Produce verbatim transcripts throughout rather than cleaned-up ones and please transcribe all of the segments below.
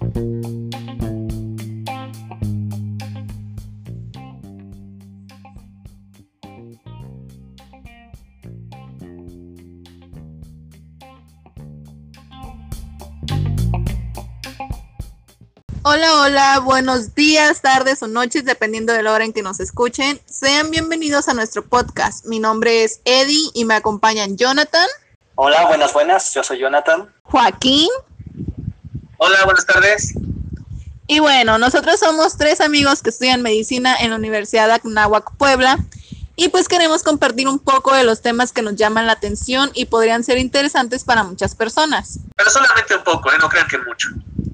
Hola, hola, buenos días, tardes o noches, dependiendo de la hora en que nos escuchen. Sean bienvenidos a nuestro podcast. Mi nombre es Eddie y me acompañan Jonathan. Hola, buenas, buenas, yo soy Jonathan. Joaquín. Hola, buenas tardes. Y bueno, nosotros somos tres amigos que estudian medicina en la Universidad de Anáhuac, Puebla. Y pues queremos compartir un poco de los temas que nos llaman la atención y podrían ser interesantes para muchas personas. Pero solamente un poco, ¿eh? No crean que mucho.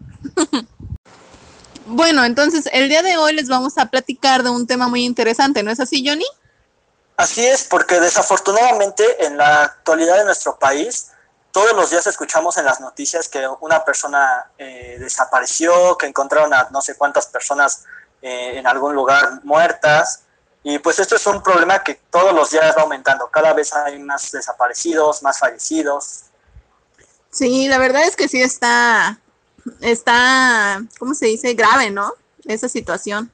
Bueno, entonces el día de hoy les vamos a platicar de un tema muy interesante, ¿no es así, Johnny? Así es, porque desafortunadamente en la actualidad de nuestro país, todos los días escuchamos en las noticias que una persona eh, desapareció, que encontraron a no sé cuántas personas eh, en algún lugar muertas, y pues esto es un problema que todos los días va aumentando, cada vez hay más desaparecidos, más fallecidos. Sí, la verdad es que sí está... Está, ¿cómo se dice? Grave, ¿no? Esa situación.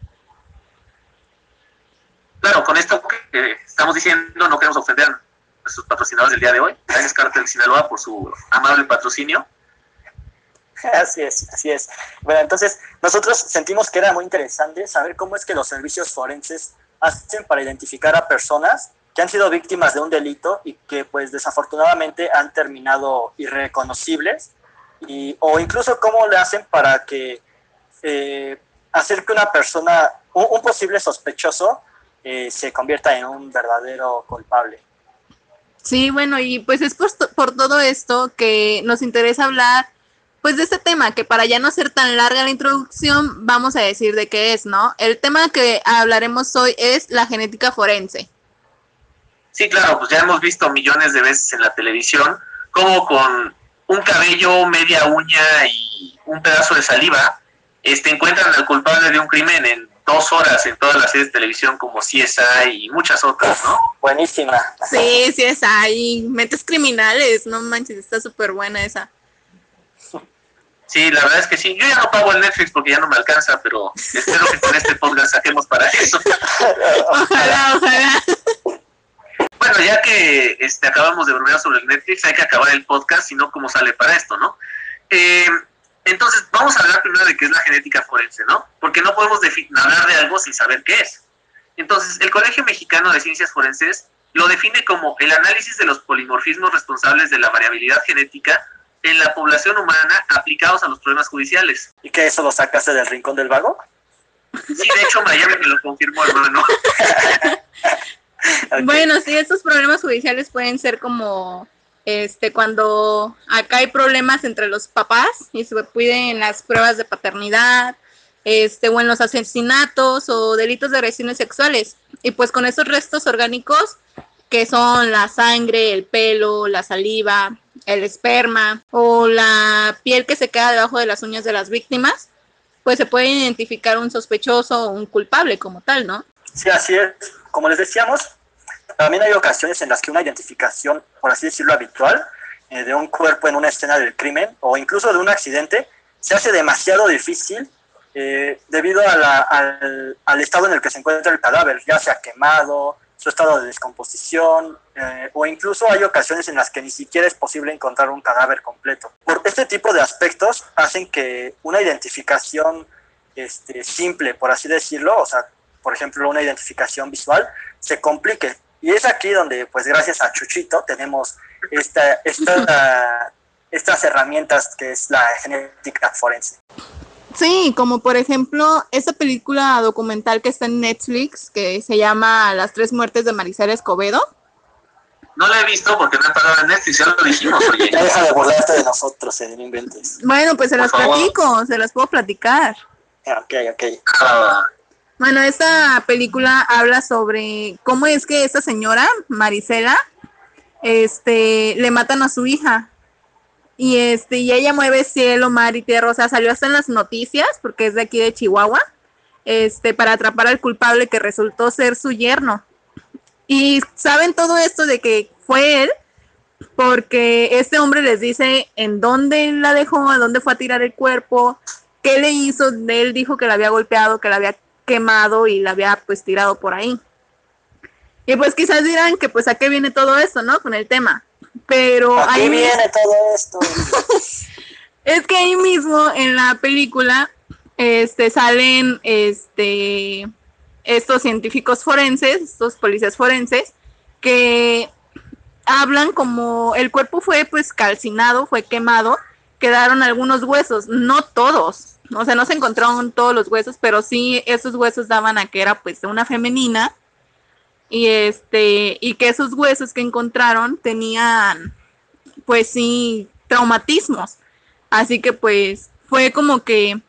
Claro, con esto que estamos diciendo no queremos ofender a nuestros patrocinadores del día de hoy. Gracias, Cártel Sinaloa, por su amable patrocinio. Así es, así es. Bueno, entonces nosotros sentimos que era muy interesante saber cómo es que los servicios forenses hacen para identificar a personas que han sido víctimas de un delito y que pues desafortunadamente han terminado irreconocibles. Y, o incluso cómo le hacen para que eh, hacer que una persona, un, un posible sospechoso, eh, se convierta en un verdadero culpable. Sí, bueno, y pues es por, por todo esto que nos interesa hablar pues de este tema, que para ya no ser tan larga la introducción, vamos a decir de qué es, ¿no? El tema que hablaremos hoy es la genética forense. Sí, claro, pues ya hemos visto millones de veces en la televisión cómo con un cabello, media uña y un pedazo de saliva, este, encuentran al culpable de un crimen en dos horas en todas las series de televisión como C S I y muchas otras, ¿no? Buenísima. Sí, C S I, Mentes Criminales, no manches, está súper buena esa. Sí, la verdad es que sí. Yo ya no pago el Netflix porque ya no me alcanza, pero espero que con este podcast saquemos para eso. Ojalá, ojalá. Bueno, ya que este, acabamos de bromear sobre el Netflix, hay que acabar el podcast, si no, ¿cómo sale para esto, no? Eh, entonces, vamos a hablar primero de qué es la genética forense, ¿no? Porque no podemos hablar de algo sin saber qué es. Entonces, el Colegio Mexicano de Ciencias Forenses lo define como el análisis de los polimorfismos responsables de la variabilidad genética en la población humana aplicados a los problemas judiciales. ¿Y que eso lo sacaste del Rincón del Vago? Sí, de hecho, Miami me lo confirmó, hermano. Okay. Bueno, sí, estos problemas judiciales pueden ser como este cuando acá hay problemas entre los papás y se piden las pruebas de paternidad, este o en los asesinatos o delitos de agresiones sexuales. Y pues con esos restos orgánicos que son la sangre, el pelo, la saliva, el esperma o la piel que se queda debajo de las uñas de las víctimas, pues se puede identificar un sospechoso o un culpable como tal, ¿no? Sí, así es. Como les decíamos, también hay ocasiones en las que una identificación, por así decirlo, habitual, eh, de un cuerpo en una escena del crimen o incluso de un accidente, se hace demasiado difícil eh, debido a la, al, al estado en el que se encuentra el cadáver, ya sea quemado, su estado de descomposición, eh, o incluso hay ocasiones en las que ni siquiera es posible encontrar un cadáver completo. Por este tipo de aspectos hacen que una identificación este, simple, por así decirlo, o sea, por ejemplo, una identificación visual, se complique. Y es aquí donde, pues gracias a Chuchito, tenemos esta, esta, estas herramientas que es la genética forense. Sí, como por ejemplo, esa película documental que está en Netflix, que se llama Las tres muertes de Marisela Escobedo. No la he visto porque no he pagado en Netflix, ya lo dijimos, oye. Ya deja de burlarte de nosotros, eh, no inventes. Bueno, pues se Por las favor. platico, se las puedo platicar. Ok, ok. Ah, Bueno, esta película habla sobre cómo es que esta señora, Marisela, este, le matan a su hija. Y este, y ella mueve cielo, mar y tierra, o sea, salió hasta en las noticias, porque es de aquí de Chihuahua, este, para atrapar al culpable que resultó ser su yerno. Y saben todo esto de que fue él, porque este hombre les dice en dónde la dejó, a dónde fue a tirar el cuerpo, qué le hizo. Él dijo que la había golpeado, que la había quemado y la había pues tirado por ahí. Y pues quizás dirán que pues a qué viene todo esto, ¿no? Con el tema. Pero ¿A qué ahí viene todo esto? es que ahí mismo en la película este salen este estos científicos forenses, estos policías forenses que hablan como el cuerpo fue pues calcinado, fue quemado, quedaron algunos huesos, no todos, o sea, no se encontraron todos los huesos, pero sí esos huesos daban a que era pues de una femenina. Y este, y que esos huesos que encontraron tenían, pues sí, traumatismos. Así que pues fue como que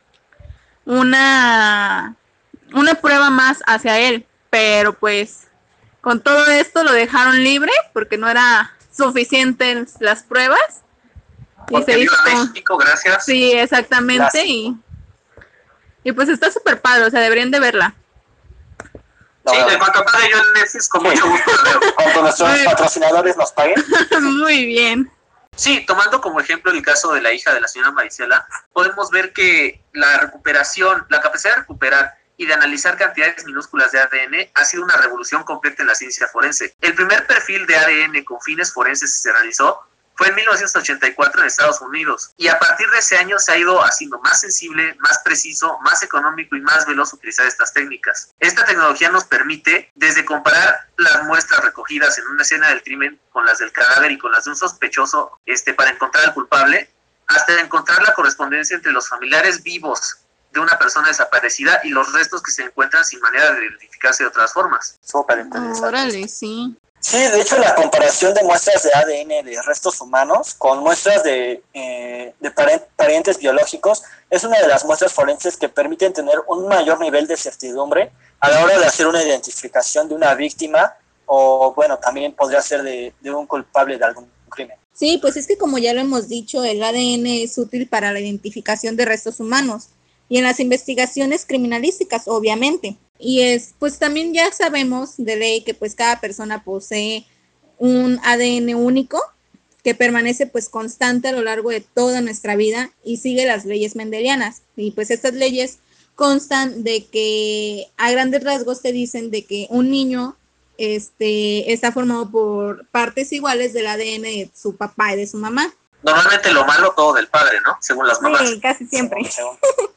una, una prueba más hacia él. Pero pues con todo esto lo dejaron libre porque no era suficientes las pruebas. Porque y se viva hizo, México, gracias. Sí, exactamente. Y, y pues está súper padre, o sea, deberían de verla. Sí, en cuanto pague yo en Netflix, con mucho gusto la veo. Cuando nuestros Muy- patrocinadores nos paguen. Muy bien. Sí, tomando como ejemplo el caso de la hija de la señora Marisela, podemos ver que la recuperación, la capacidad de recuperar y de analizar cantidades minúsculas de A D N ha sido una revolución completa en la ciencia forense. El primer perfil de A D N con fines forenses que se realizó fue en mil novecientos ochenta y cuatro en Estados Unidos, y a partir de ese año se ha ido haciendo más sensible, más preciso, más económico y más veloz utilizar estas técnicas. Esta tecnología nos permite desde comparar las muestras recogidas en una escena del crimen con las del cadáver y con las de un sospechoso este, para encontrar al culpable, hasta encontrar la correspondencia entre los familiares vivos de una persona desaparecida y los restos que se encuentran sin manera de identificarse de otras formas. Súper interesante. Órale, sí. Sí, de hecho la comparación de muestras de A D N de restos humanos con muestras de, eh, de paren- parientes biológicos es una de las muestras forenses que permiten tener un mayor nivel de certidumbre a la hora de hacer una identificación de una víctima o, bueno, también podría ser de, de un culpable de algún crimen. Sí, pues es que como ya lo hemos dicho, el A D N es útil para la identificación de restos humanos y en las investigaciones criminalísticas, obviamente. Y es, pues también ya sabemos de ley que pues cada persona posee un A D N único que permanece pues constante a lo largo de toda nuestra vida y sigue las leyes mendelianas. Y pues estas leyes constan de que a grandes rasgos te dicen de que un niño este, está formado por partes iguales del A D N de su papá y de su mamá. Normalmente lo malo todo del padre, ¿no? Según las mamás. Sí, casi siempre. Según-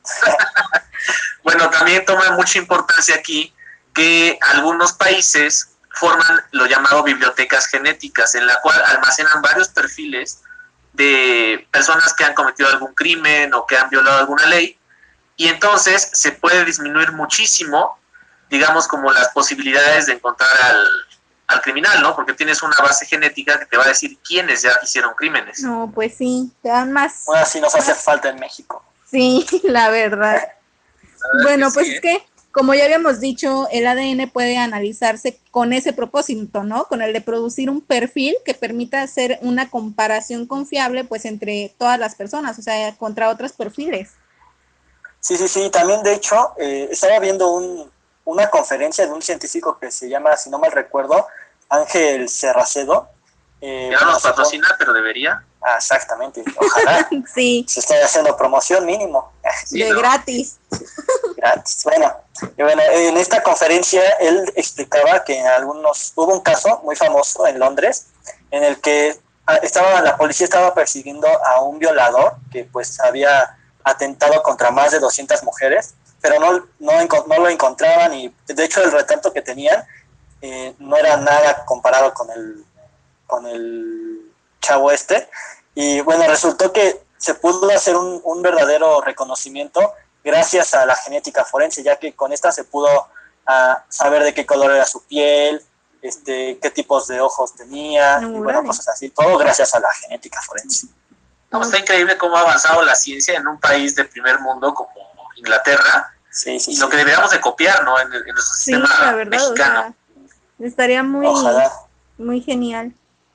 Bueno, también toma mucha importancia aquí que algunos países forman lo llamado bibliotecas genéticas, en la cual almacenan varios perfiles de personas que han cometido algún crimen o que han violado alguna ley, y entonces se puede disminuir muchísimo, digamos, como las posibilidades de encontrar al, al criminal, ¿no? Porque tienes una base genética que te va a decir quiénes ya hicieron crímenes. No, pues sí, te dan más. Bueno, así nos hace falta en México. Sí, la verdad. Bueno, pues es que, como ya habíamos dicho, el A D N puede analizarse con ese propósito, ¿no? Con el de producir un perfil que permita hacer una comparación confiable, pues, entre todas las personas, o sea, contra otros perfiles. Sí, sí, sí. También, de hecho, eh, estaba viendo un, una conferencia de un científico que se llama, si no mal recuerdo, Ángel Serracedo. Eh, Ya no nos bueno, patrocina, pero debería. Ah, exactamente. Ojalá Sí, se esté haciendo promoción mínimo. Sí, de ¿no? gratis. Gratis. Bueno, y bueno, en esta conferencia él explicaba que en algunos hubo un caso muy famoso en Londres en el que ah, estaba la policía estaba persiguiendo a un violador que pues había atentado contra más de doscientas mujeres, pero no no, enco- no lo encontraban y de hecho el retrato que tenían eh, no era nada comparado con el con el chavo este. Y bueno, resultó que se pudo hacer un, un verdadero reconocimiento gracias a la genética forense, ya que con esta se pudo uh, saber de qué color era su piel, este, qué tipos de ojos tenía, No, y bueno, órale. cosas así. Todo gracias a la genética forense. No, está increíble cómo ha avanzado la ciencia en un país de primer mundo como Inglaterra, Sí, sí, y sí. lo que deberíamos de copiar, ¿no? En, en nuestro Sí, sistema la verdad, o mexicano. sea, estaría muy, Ojalá. muy genial.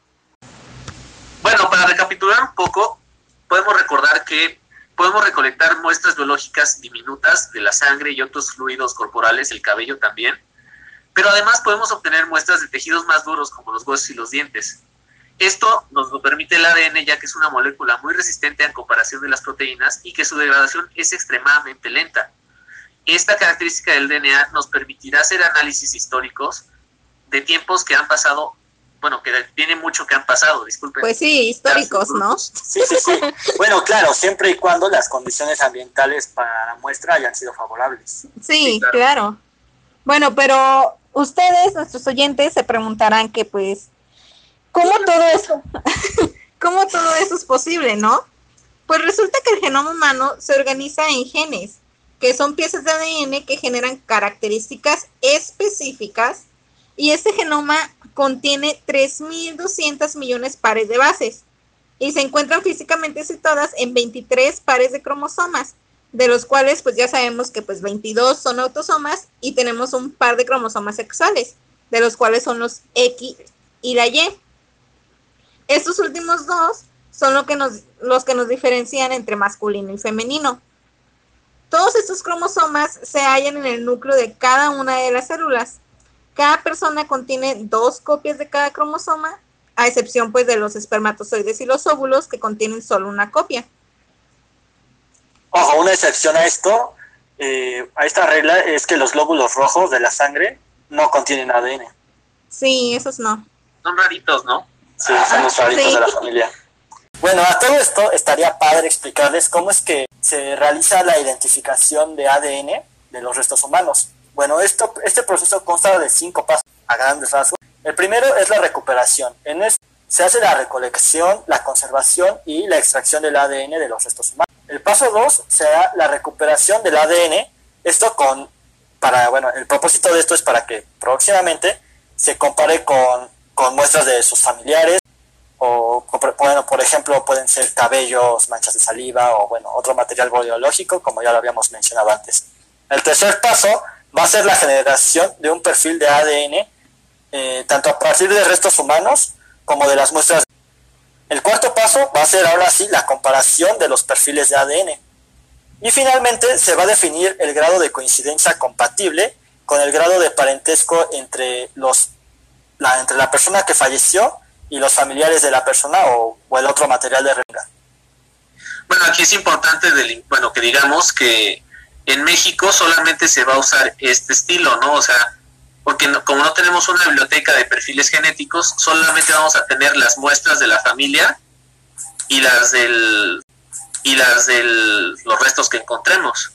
Bueno, para recapitular un poco, podemos recordar que podemos recolectar muestras biológicas diminutas de la sangre y otros fluidos corporales, el cabello también, pero además podemos obtener muestras de tejidos más duros como los huesos y los dientes. Esto nos lo permite el A D N, ya que es una molécula muy resistente en comparación de las proteínas y que su degradación es extremadamente lenta. Esta característica del D N A nos permitirá hacer análisis históricos de tiempos que han pasado, bueno, que tiene mucho que han pasado, disculpen. Pues sí, históricos, ¿no? Sí, sí, sí. Bueno, claro, siempre y cuando las condiciones ambientales para la muestra hayan sido favorables. Sí, Sí, claro. claro. Bueno, pero ustedes, nuestros oyentes, se preguntarán que, pues, ¿cómo todo eso, cómo todo eso es posible, no? Pues resulta que el genoma humano se organiza en genes, que son piezas de A D N que generan características específicas, y este genoma contiene tres mil doscientos millones pares de bases, y se encuentran físicamente situadas en veintitrés pares de cromosomas, de los cuales pues ya sabemos que pues veintidós son autosomas, y tenemos un par de cromosomas sexuales, de los cuales son los X y la Y. Estos últimos dos son lo que nos, los que nos diferencian entre masculino y femenino. Todos estos cromosomas se hallan en el núcleo de cada una de las células. Cada persona contiene dos copias de cada cromosoma, a excepción pues de los espermatozoides y los óvulos, que contienen solo una copia. Ojo, una excepción a esto, eh, a esta regla, es que los glóbulos rojos de la sangre no contienen A D N. Sí, esos no. Son raritos, ¿no? Sí, son los raritos sí. de la familia. Bueno, a todo esto estaría padre explicarles cómo es que se realiza la identificación de A D N de los restos humanos. Bueno, esto, este proceso consta de cinco pasos a grandes rasgos. El primero es la recuperación. En este se hace la recolección, la conservación y la extracción del A D N de los restos humanos. El paso dos será la recuperación del A D N. Esto con, para, bueno, el propósito de esto es para que próximamente se compare con, con muestras de sus familiares, o, bueno, por ejemplo, pueden ser cabellos, manchas de saliva, o bueno, otro material biológico, como ya lo habíamos mencionado antes. El tercer paso va a ser la generación de un perfil de A D N, eh, tanto a partir de restos humanos como de las muestras. El cuarto paso va a ser ahora sí la comparación de los perfiles de A D N. Y finalmente se va a definir el grado de coincidencia compatible con el grado de parentesco entre, los, la, entre la persona que falleció y los familiares de la persona, o, o el otro material de referencia. Bueno, aquí es importante del, bueno, que digamos que en México solamente se va a usar este estilo, ¿no? O sea, porque no, como no tenemos una biblioteca de perfiles genéticos, solamente vamos a tener las muestras de la familia y las del y las de los restos que encontremos.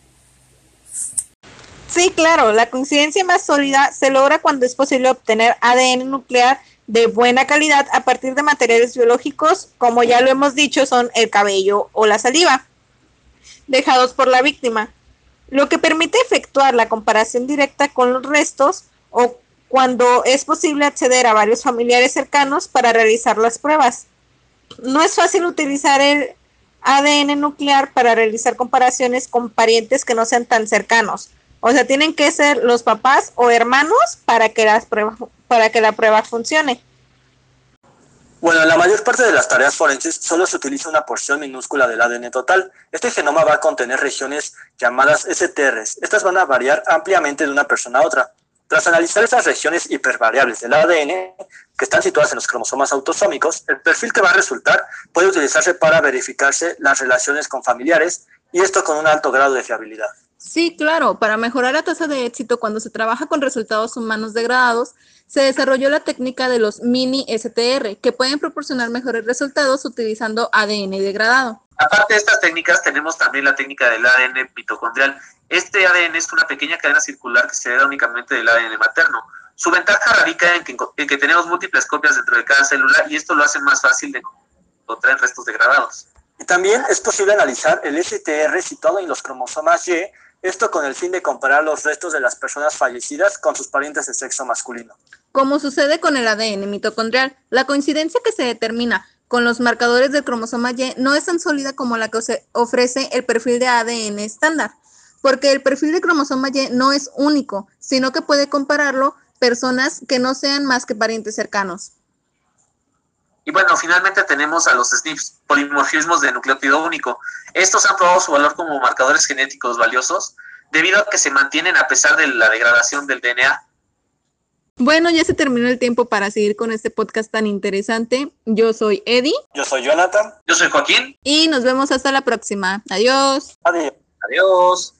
Sí, claro, la coincidencia más sólida se logra cuando es posible obtener A D N nuclear de buena calidad a partir de materiales biológicos, como ya lo hemos dicho, son el cabello o la saliva, dejados por la víctima, lo que permite efectuar la comparación directa con los restos, o cuando es posible acceder a varios familiares cercanos para realizar las pruebas. No es fácil utilizar el A D N nuclear para realizar comparaciones con parientes que no sean tan cercanos. O sea, tienen que ser los papás o hermanos para que las pruebas, para que la prueba funcione. Bueno, en la mayor parte de las tareas forenses solo se utiliza una porción minúscula del A D N total. Este genoma va a contener regiones llamadas S T Rs. Estas van a variar ampliamente de una persona a otra. Tras analizar esas regiones hipervariables del A D N, que están situadas en los cromosomas autosómicos, el perfil que va a resultar puede utilizarse para verificarse las relaciones con familiares, y esto con un alto grado de fiabilidad. Sí, claro, para mejorar la tasa de éxito cuando se trabaja con resultados humanos degradados, se desarrolló la técnica de los mini S T R, que pueden proporcionar mejores resultados utilizando A D N degradado. Aparte de estas técnicas, tenemos también la técnica del A D N mitocondrial. Este A D N es una pequeña cadena circular que se hereda únicamente del A D N materno. Su ventaja radica en que, en que tenemos múltiples copias dentro de cada célula, y esto lo hace más fácil de encontrar en restos degradados. Y también es posible analizar el S T R situado en los cromosomas Y, esto con el fin de comparar los restos de las personas fallecidas con sus parientes de sexo masculino. Como sucede con el A D N mitocondrial, la coincidencia que se determina con los marcadores del cromosoma Y no es tan sólida como la que ofrece el perfil de A D N estándar, porque el perfil del cromosoma Y no es único, sino que puede compararlo personas que no sean más que parientes cercanos. Y bueno, finalmente tenemos a los S N Ps, polimorfismos de nucleótido único. Estos han probado su valor como marcadores genéticos valiosos debido a que se mantienen a pesar de la degradación del D N A. Bueno, ya se terminó el tiempo para seguir con este podcast tan interesante. Yo soy Eddie. Yo soy Jonathan. Yo soy Joaquín. Y nos vemos hasta la próxima. Adiós. Adiós. Adiós.